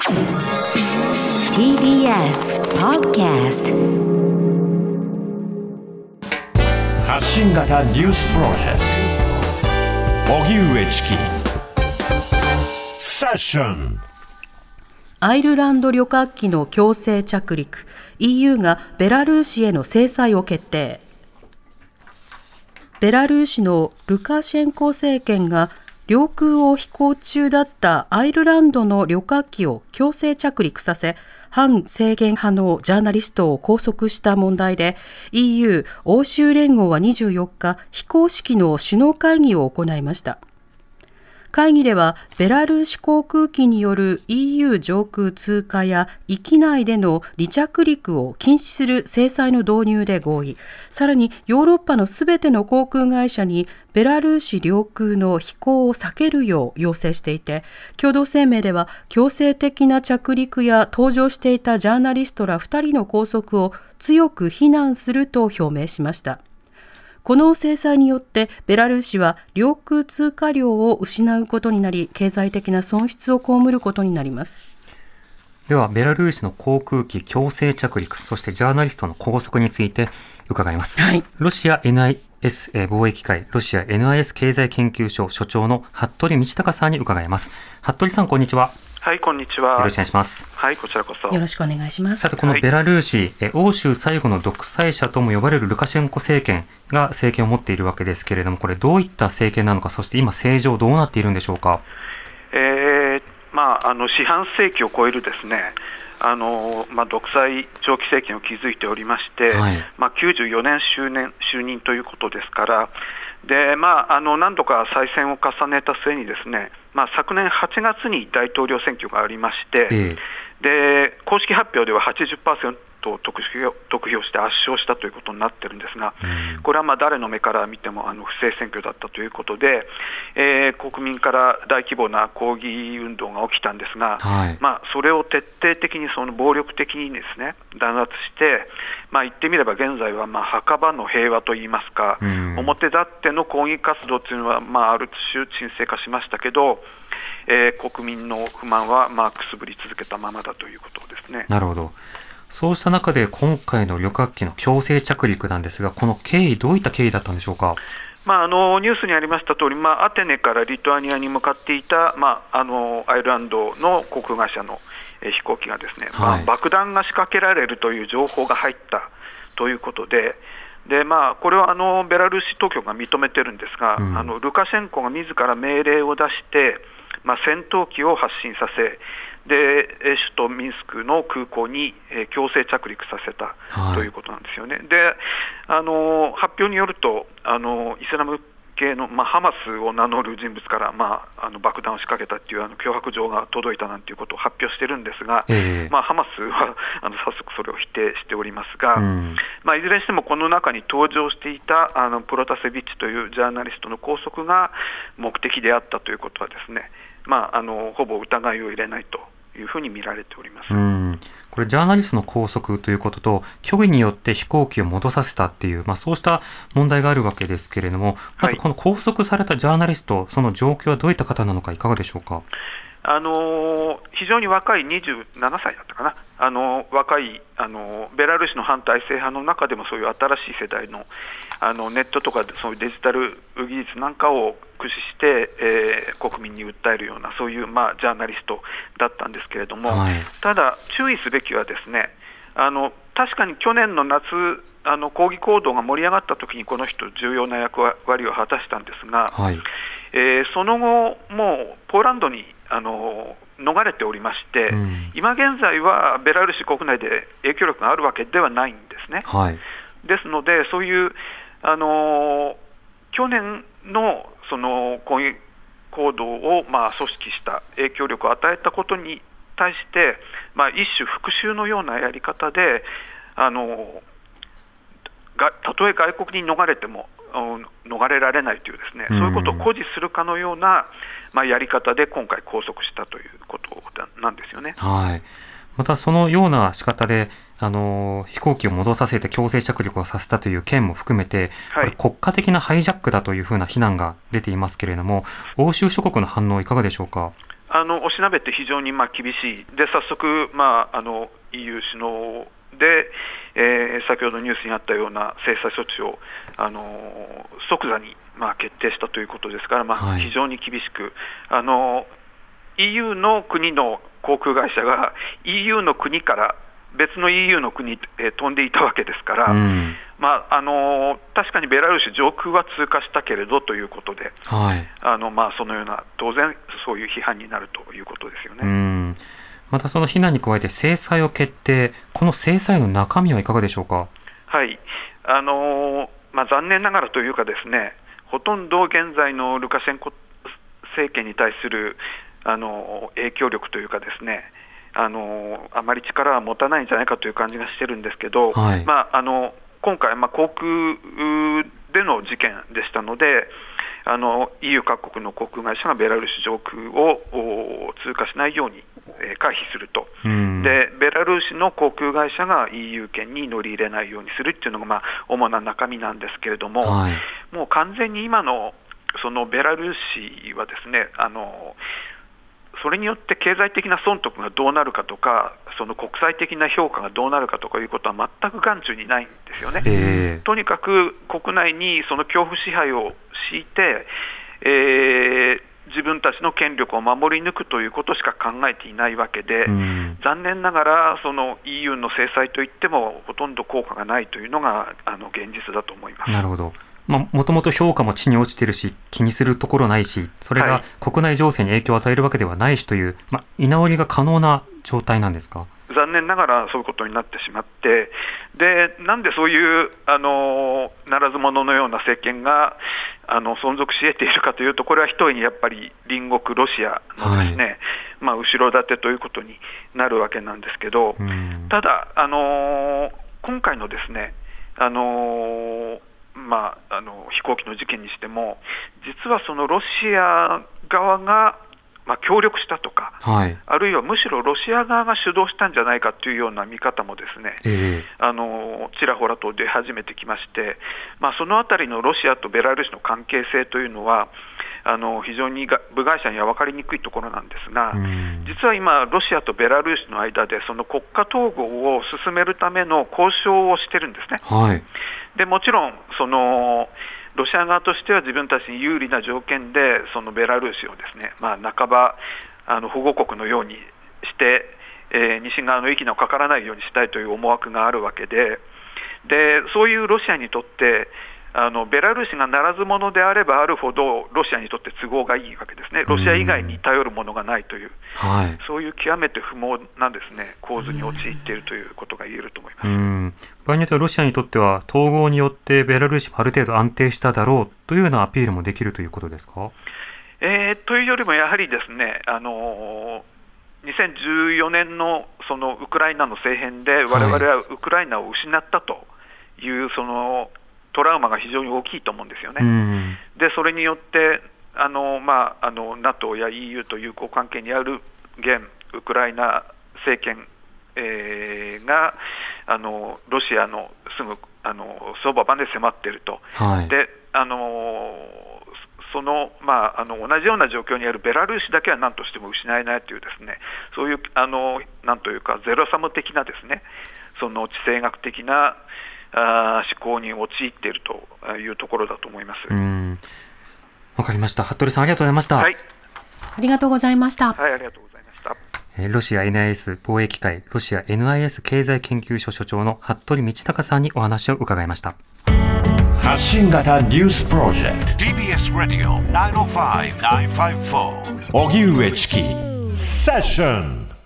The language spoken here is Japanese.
TBS Podcast 発信型ニュースプロジェクト荻上チキセッション。 アイルランド旅客機の強制着陸、 EU がベラルーシへの制裁を決定。ベラルーシのルカシェンコ政権が領空を飛行中だったアイルランドの旅客機を強制着陸させ、反制限派のジャーナリストを拘束した問題で、 EU 欧州連合は24日、非公式の首脳会議を行いました。会議ではベラルーシ航空機による EU 上空通過や域内での離着陸を禁止する制裁の導入で合意。さらにヨーロッパのすべての航空会社にベラルーシ領空の飛行を避けるよう要請していて、共同声明では強制的な着陸や搭乗していたジャーナリストら2人の拘束を強く非難すると表明しました。この制裁によってベラルーシは領空通過料を失うことになり、経済的な損失を被ることになります。 ではベラルーシの航空機強制着陸、そしてジャーナリストの拘束について伺います。ロシア NIS 貿易会、ロシア NIS 経済研究所所長の服部道隆さんに伺います。服部さん、こんにちは。 はい、こんにちは。 よろしくお願いします。 はい、こちらこそよろしくお願いします。 さて、このベラルーシ、欧州最後の独裁者とも呼ばれるルカシェンコ政権が政権を持っているわけですけれども、これどういった政権なのか、そして今政情どうなっているんでしょうか。 四半世紀を超えるですね、独裁長期政権を築いておりまして、94年就任ということですから、で何度か再選を重ねた末にですね、昨年8月に大統領選挙がありまして、で公式発表では 80% を得票して圧勝したということになっているんですが、これは誰の目から見ても不正選挙だったということで、国民から大規模な抗議運動が起きたんですが、それを徹底的に暴力的にですね弾圧して、言ってみれば現在は墓場の平和といいますか、表立っての抗議活動というのはある種沈静化しましたけど、国民の不満はくすぶり続けたままだということですね。 なるほど。そうした中で今回の旅客機の強制着陸なんですが、この経緯、どういった経緯だったんでしょうか。 ニュースにありました通り、アテネからリトアニアに向かっていた、アイルランドの航空会社の飛行機がですね、爆弾が仕掛けられるという情報が入ったということで、これはベラルーシ当局が認めてるんですが、ルカシェンコが自ら命令を出して、戦闘機を発進させ、で首都ミンスクの空港に強制着陸させたということなんですよね。で発表によるとイスラム系の、ハマスを名乗る人物から、爆弾を仕掛けたという脅迫状が届いたなんていうことを発表しているんですが、ハマスは早速それを否定しておりますが、いずれにしてもこの中に登場していたプロタセビッチというジャーナリストの拘束が目的であったということはですね、ほぼ疑いを入れないというふうに見られております。 これジャーナリストの拘束ということと、虚偽によって飛行機を戻させたっていう、そうした問題があるわけですけれども、まずこの拘束されたジャーナリスト、その状況はどういった方なのか、いかがでしょうか。 非常に若い27歳だったかな、若いベラルーシの反体制派の中でもそういう新しい世代の、ネットとかそういうデジタル技術なんかを駆使して、国民に訴えるようなそういう、ジャーナリストだったんですけれども、ただ注意すべきはですね、確かに去年の夏抗議行動が盛り上がった時にこの人重要な役割を果たしたんですが、その後もうポーランドに逃れておりまして、今現在はベラルーシ国内で影響力があるわけではないんですね。ですのでそういう去年のその抗議行動を組織した影響力を与えたことに対して、一種復讐のようなやり方でたとえ外国に逃れても逃れられないというですね、そういうことを誇示するかのような、やり方で今回拘束したということなんですよね。 またそのような仕方で飛行機を戻させて強制着陸をさせたという件も含めて、これ国家的なハイジャックだというふうな非難が出ていますけれども、欧州諸国の反応いかがでしょうか。 おしなべて非常に厳しいで、早速、EU 首脳で、先ほどニュースにあったような制裁措置を即座に決定したということですから、非常に厳しく、EU の国の航空会社が EU の国から別の EU の国へ飛んでいたわけですから、確かにベラルーシ上空は通過したけれどということで、そのような当然そういう批判になるということですよね。 またその非難に加えて制裁を決定、この制裁の中身はいかがでしょうか。 はい、残念ながらというかですね、ほとんど現在のルカシェンコ政権に対する影響力というかですね、あまり力は持たないんじゃないかという感じがしてるんですけど、今回、航空での事件でしたので、EU 各国の航空会社がベラルーシ上空を通過しないように回避すると、でベラルーシの航空会社が EU 圏に乗り入れないようにするっていうのが主な中身なんですけれども、もう完全に今のそのベラルーシはですね、それによって経済的な損得がどうなるかとか、その国際的な評価がどうなるかとかいうことは全く眼中にないんですよね。とにかく国内にその恐怖支配を敷いて、自分たちの権力を守り抜くということしか考えていないわけで、残念ながらその EU の制裁といってもほとんど効果がないというのが現実だと思います。 なるほど。もともと評価も地に落ちてるし、気にするところないし、それが国内情勢に影響を与えるわけではないしという、居直りが可能な状態なんですか。 残念ながらそういうことになってしまって、でなんでそういうならず者のような政権が存続し得ているかというと、これはひとえにやっぱり隣国ロシアのですね、後ろ盾ということになるわけなんですけど、ただ今回のですね飛行機の事件にしても、実はそのロシア側が協力したとか、あるいはむしろロシア側が主導したんじゃないかというような見方もですね、ちらほらと出始めてきまして、そのあたりのロシアとベラルーシの関係性というのは非常に部外者には分かりにくいところなんですが、実は今ロシアとベラルーシの間でその国家統合を進めるための交渉をしてるんですね。でもちろんそのロシア側としては自分たちに有利な条件でそのベラルーシをですね、半ば保護国のようにして、西側の息のかからないようにしたいという思惑があるわけで、そういうロシアにとってベラルーシがならず者であればあるほどロシアにとって都合がいいわけですね。ロシア以外に頼るものがないという、そういう極めて不毛なですね構図に陥っているということが言えると思います。 場合によってはロシアにとっては統合によってベラルーシもある程度安定しただろうというようなアピールもできるということですか。 というよりもやはりですね2014年のそのウクライナの政変で我々はウクライナを失ったというそのトラウマが非常に大きいと思うんですよね。でそれによってNATO や EU と友好関係にある現ウクライナ政権、がロシアのすぐそばまで迫っていると、でその同じような状況にあるベラルーシだけは何としても失えないというですね、そういうなんというかゼロサム的なですね、その地政学的な思考に陥っているというところだと思います。 わかりました。服部さんありがとうございました。 ありがとうございました。 ありがとうございました。 ロシア NIS 貿易会ロシア NIS 経済研究所所長の服部道隆さんにお話を伺いました。 発信型ニュースプロジェクト TBS Radio 905-954荻上チキセッション。